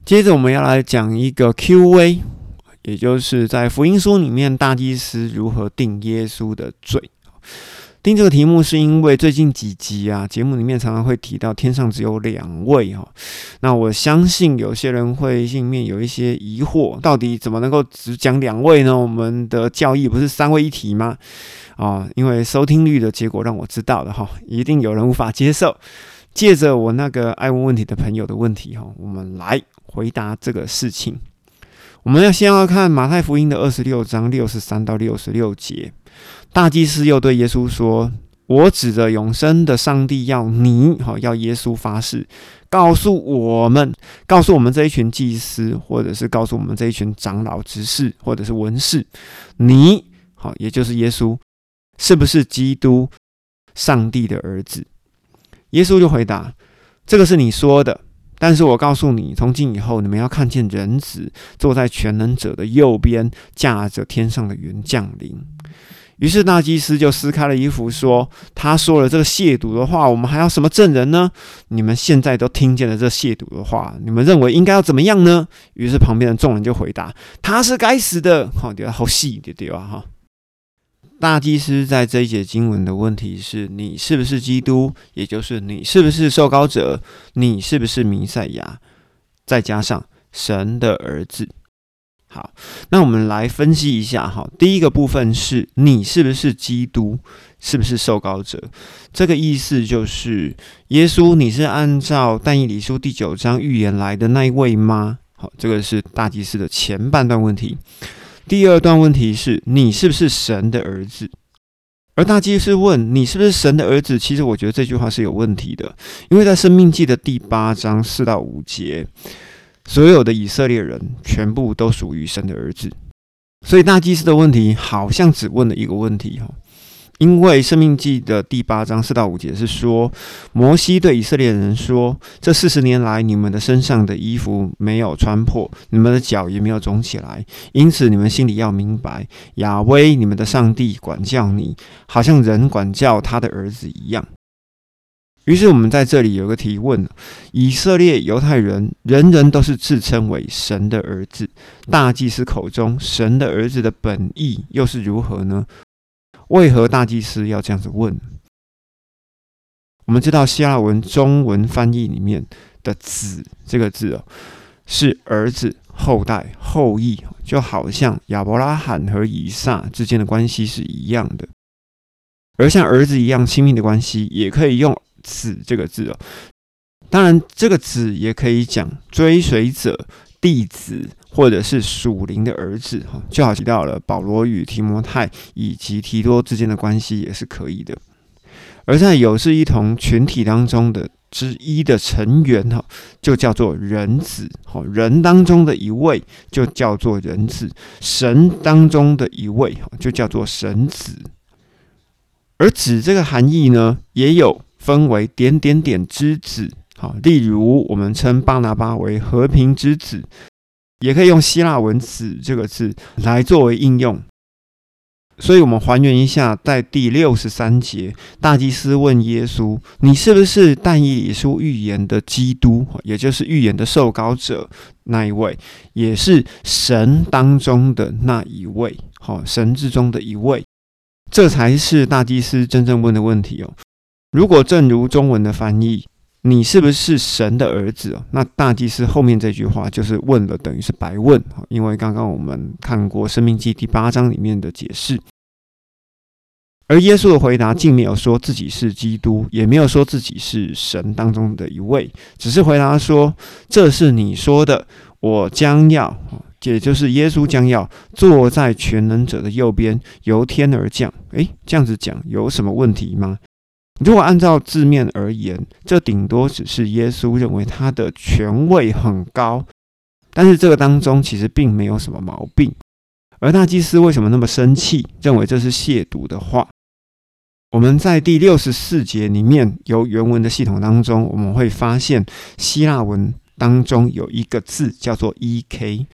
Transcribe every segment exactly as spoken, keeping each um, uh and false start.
接着我们要来讲一个 Q A， 也就是在福音书里面大祭司如何定耶稣的罪。定这个题目是因为最近几集啊，节目里面常常会提到天上只有两位哈，那我相信有些人会心里面有一些疑惑，到底怎么能够只讲两位呢？我们的教义不是三位一体吗？啊，因为收听率的结果让我知道了哈，一定有人无法接受。借着我那个爱问问题的朋友的问题哈，我们来回答这个事情。我们要先要看马太福音的二十六章六十三到六十六节。大祭司又对耶稣说：“我指着永生的上帝要你，要耶稣发誓，告诉我们，告诉我们这一群祭司，或者是告诉我们这一群长老、执事，或者是文士，你，也就是耶稣，是不是基督，上帝的儿子？”耶稣就回答：“这个是你说的。但是我告诉你，从今以后，你们要看见人子坐在全能者的右边，驾着天上的云降临。”于是大祭司就撕开了衣服说：“他说了这个亵渎的话，我们还要什么证人呢？你们现在都听见了这亵渎的话，你们认为应该要怎么样呢？”于是旁边的众人就回答：“他是该死的。”好，对，好细对对啊哈。大祭司在这一节经文的问题是：你是不是基督？也就是你是不是受膏者？你是不是弥赛亚？再加上神的儿子。好，那我们来分析一下哈。第一个部分是你是不是基督，是不是受膏者？这个意思就是耶稣，你是按照但以理书第九章预言来的那一位吗？好，这个是大祭司的前半段问题。第二段问题是你是不是神的儿子？而大祭司问你是不是神的儿子，其实我觉得这句话是有问题的，因为在申命记的第八章四到五节，所有的以色列人全部都属于神的儿子，所以大祭司的问题好像只问了一个问题。因为申命记的第八章四到五节是说，摩西对以色列人说：“这四十年来，你们的身上的衣服没有穿破，你们的脚也没有肿起来。因此，你们心里要明白，亚威你们的上帝管教你，好像人管教他的儿子一样。”于是我们在这里有个提问：以色列犹太人人人都是自称为神的儿子，大祭司口中神的儿子的本意又是如何呢？为何大祭司要这样子问？我们知道希腊文中文翻译里面的子这个字、哦、是儿子、后代、后裔，就好像亚伯拉罕和以撒之间的关系是一样的。而像儿子一样亲密的关系也可以用子这个字、哦、当然这个子也可以讲追随者、弟子或者是属灵的儿子，就好提到了保罗与提摩太以及提多之间的关系也是可以的。而在有志一同群体当中的之一的成员就叫做人子，人当中的一位就叫做人子，神当中的一位就叫做神子。而子这个含义呢，也有分为点点点之子，例如我们称巴拿巴为和平之子，也可以用希腊文子这个字来作为应用。所以我们还原一下，在第六十三节，大祭司问耶稣：“你是不是但以理书预言的基督，也就是预言的受膏者那一位，也是神当中的那一位，神之中的一位？”这才是大祭司真正问的问题哦。如果正如中文的翻译，你是不是神的儿子？那大祭司后面这句话就是问了，等于是白问，因为刚刚我们看过申命记第八章里面的解释。而耶稣的回答竟没有说自己是基督，也没有说自己是神当中的一位，只是回答说：“这是你说的，我将要，也就是耶稣将要坐在全能者的右边，由天而降。”诶，这样子讲有什么问题吗？如果按照字面而言，这顶多只是耶稣认为他的权位很高，但是这个当中其实并没有什么毛病。而大祭司为什么那么生气，认为这是亵渎的话？我们在第六十四节里面，由原文的系统当中，我们会发现希腊文当中有一个字叫做 E K，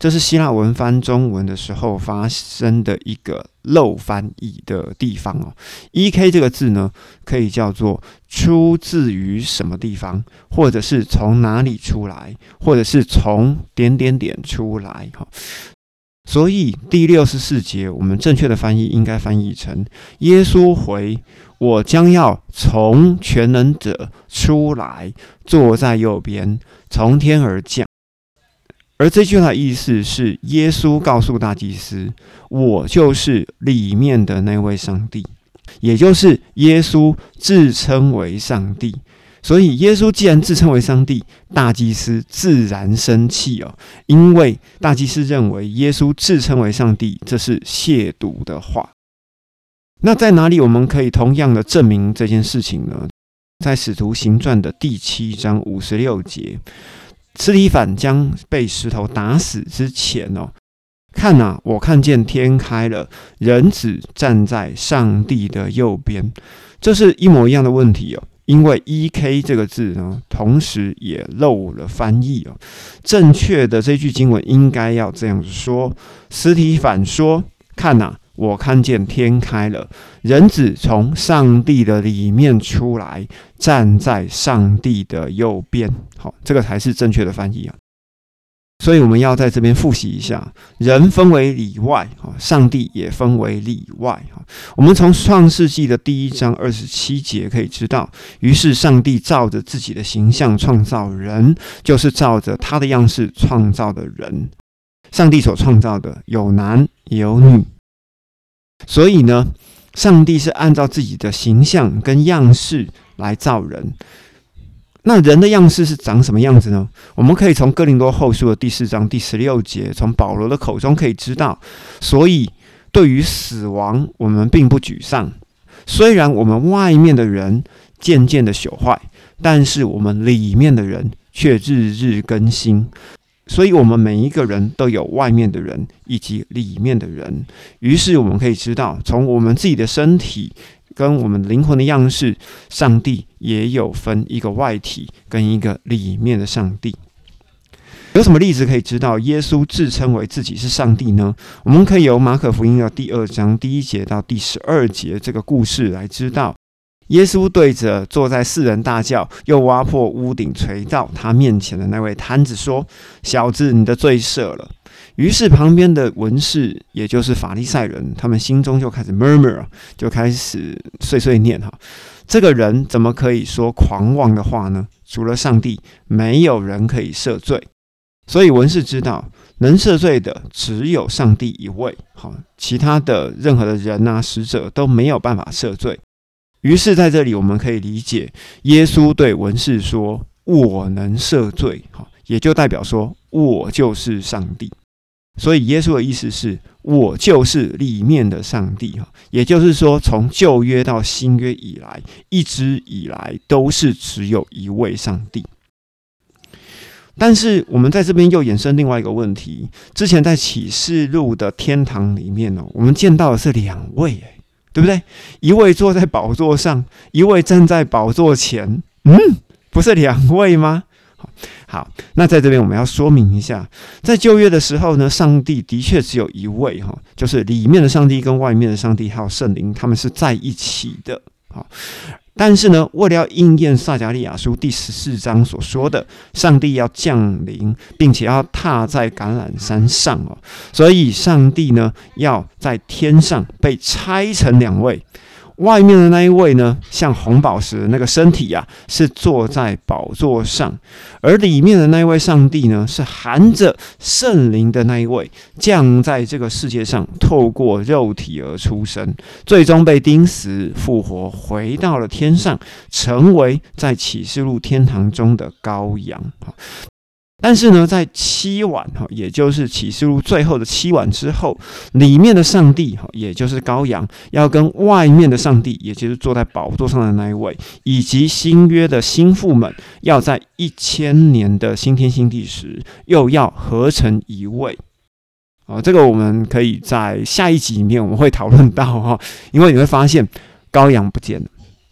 这是希腊文翻中文的时候发生的一个漏翻译的地方哦。E K 这个字呢，可以叫做出自于什么地方，或者是从哪里出来，或者是从点点点出来。所以第六十四节，我们正确的翻译应该翻译成：耶稣回，我将要从全能者出来，坐在右边，从天而降。而这句话的意思是，耶稣告诉大祭司，我就是里面的那位上帝，也就是耶稣自称为上帝。所以耶稣既然自称为上帝，大祭司自然生气哦，因为大祭司认为耶稣自称为上帝，这是亵渎的话。那在哪里我们可以同样的证明这件事情呢？在使徒行传的第七章五十六节，司提反将被石头打死之前哦，看啊，我看见天开了，人子站在上帝的右边。这是一模一样的问题哦，因为 E K 这个字呢，同时也漏了翻译哦。正确的这句经文应该要这样子说：司提反说，看啊，我看见天开了，人子从上帝的里面出来，站在上帝的右边。好，这个才是正确的翻译啊。所以我们要在这边复习一下，人分为里外，上帝也分为里外。我们从创世纪的第一章二十七节可以知道，于是上帝照着自己的形象创造人，就是照着他的样式创造的人。上帝所创造的有男有女，所以呢，上帝是按照自己的形象跟样式来造人。那人的样式是长什么样子呢？我们可以从哥林多后书的第四章第十六节，从保罗的口中可以知道。所以对于死亡，我们并不沮丧。虽然我们外面的人渐渐的朽坏，但是我们里面的人却日日更新。所以我们每一个人都有外面的人以及里面的人。于是我们可以知道，从我们自己的身体跟我们灵魂的样式，上帝也有分一个外体跟一个里面的上帝。有什么例子可以知道耶稣自称为自己是上帝呢？我们可以由马可福音的第二章第一节到第十二节这个故事来知道。耶稣对着坐在四人大轿又挖破屋顶垂到他面前的那位摊子说：小子，你的罪赦了。于是旁边的文士，也就是法利赛人，他们心中就开始 murmur， 就开始碎碎念哈，这个人怎么可以说狂妄的话呢？除了上帝，没有人可以赦罪。所以文士知道，能赦罪的只有上帝一位，好，其他的任何的人啊、使者都没有办法赦罪。于是在这里我们可以理解，耶稣对文士说：我能赦罪，也就代表说我就是上帝。所以耶稣的意思是，我就是里面的上帝，也就是说，从旧约到新约以来，一直以来都是只有一位上帝。但是我们在这边又衍生另外一个问题，之前在启示录的天堂里面，我们见到的是两位，对不对？一位坐在宝座上，一位站在宝座前，嗯，不是两位吗？好，那在这边我们要说明一下，在旧约的时候呢，上帝的确只有一位，就是里面的上帝跟外面的上帝还有圣灵，他们是在一起的。但是呢，为了要应验撒迦利亚书第十四章所说的，上帝要降临，并且要踏在橄榄山上哦，所以上帝呢要在天上被拆成两位。外面的那一位呢，像红宝石的那个身体啊，是坐在宝座上；而里面的那一位上帝呢，是含着圣灵的那一位，降在这个世界上，透过肉体而出生，最终被钉死、复活，回到了天上，成为在启示录天堂中的羔羊。但是呢，在七晚，也就是启示录最后的七晚之后，里面的上帝，也就是羔羊，要跟外面的上帝，也就是坐在宝座上的那一位，以及新约的新妇们，要在一千年的新天新地时，又要合成一位。哦，这个我们可以在下一集里面我们会讨论到哈，因为你会发现羔羊不见了。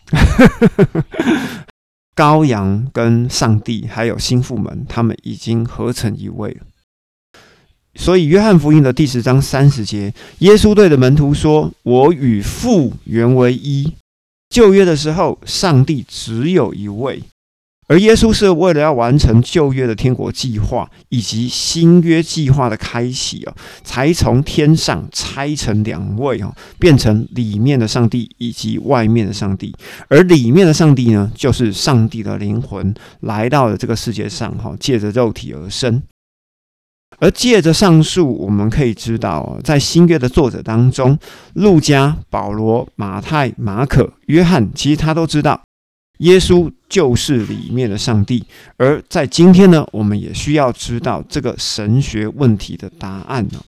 羔羊跟上帝还有新妇们，他们已经合成一位了。 所以约翰福音的第十章三十节，耶稣对着门徒说：我与父原为一。旧约的时候，上帝只有一位，而耶稣是为了要完成旧约的天国计划以及新约计划的开启哦，才从天上拆成两位哦，变成里面的上帝以及外面的上帝。而里面的上帝呢，就是上帝的灵魂来到了这个世界上哈，借着肉体而生。而借着上述，我们可以知道，在新约的作者当中，路加、保罗、马太、马可、约翰，其实他都知道耶稣就是里面的上帝。而在今天呢，我们也需要知道这个神学问题的答案哦。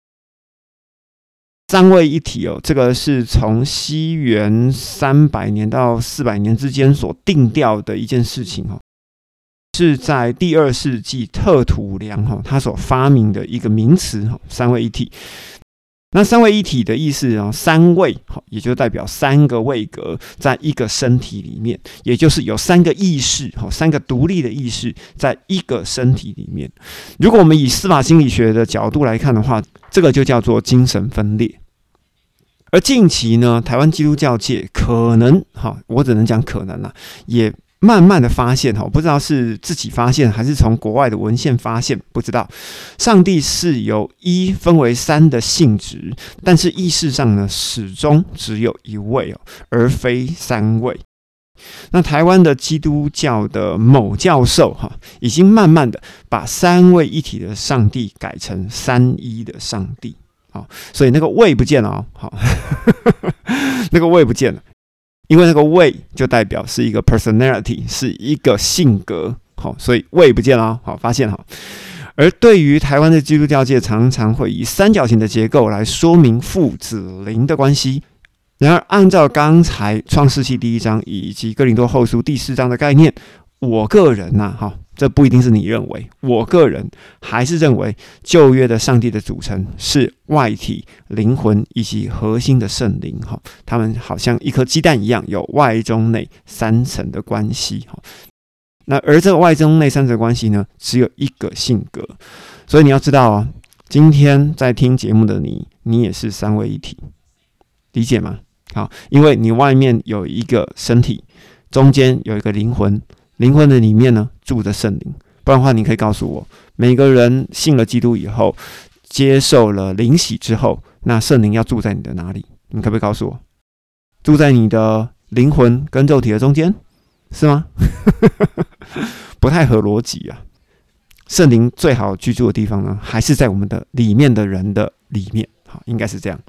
三位一体哦，这个是从西元三百年到四百年之间所定调的一件事情哦。是在第二世纪特土良他所发明的一个名词，三位一体。那三位一体的意思，三位也就代表三个位格在一个身体里面，也就是有三个意识，三个独立的意识在一个身体里面。如果我们以司法心理学的角度来看的话，这个就叫做精神分裂。而近期呢，台湾基督教界可能，我只能讲可能啦，也慢慢的发现，不知道是自己发现还是从国外的文献发现，不知道上帝是由一分为三的性质，但是意识上呢，始终只有一位，而非三位。那台湾的基督教的某教授已经慢慢的把三位一体的上帝改成三一的上帝，所以那个位不见了，那个位不见了。因为那个位就代表是一个 personality， 是一个性格，好，所以位不见了，好，发现好。而对于台湾的基督教界，常常会以三角形的结构来说明父子灵的关系。然而，按照刚才创世纪第一章以及哥林多后书第四章的概念，我个人呐、啊，这不一定是你认为，我个人还是认为旧约的上帝的组成是外体、灵魂以及核心的圣灵，他们好像一颗鸡蛋一样，有外中内三层的关系。那而这个外中内三层的关系呢，只有一个性格。所以你要知道啊，今天在听节目的你，你也是三位一体，理解吗？好，因为你外面有一个身体，中间有一个灵魂。灵魂的里面呢，住着圣灵。不然的话，你可以告诉我，每个人信了基督以后，接受了灵洗之后，那圣灵要住在你的哪里？你可不可以告诉我？住在你的灵魂跟肉体的中间，是吗？不太合逻辑啊。圣灵最好居住的地方呢，还是在我们的里面的人的里面。好，应该是这样。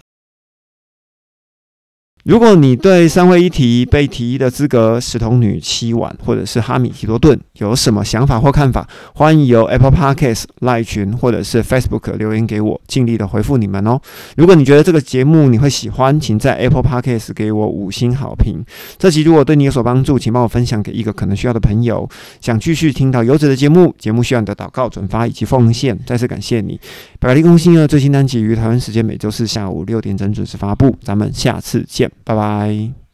如果你对三位一体被提的资格、十童女七碗或者是哈米提多顿有什么想法或看法，欢迎由 Apple Podcast、Line 群或者是 Facebook 留言给我，尽力的回复你们哦。如果你觉得这个节目你会喜欢，请在 Apple Podcast 给我五星好评。这集如果对你有所帮助，请帮我分享给一个可能需要的朋友。想继续听到优质的节目，节目需要你的祷告、转发以及奉献，再次感谢你。百利公信的最新单集于台湾时间每周四下午六点整准时发布，咱们下次见。拜拜。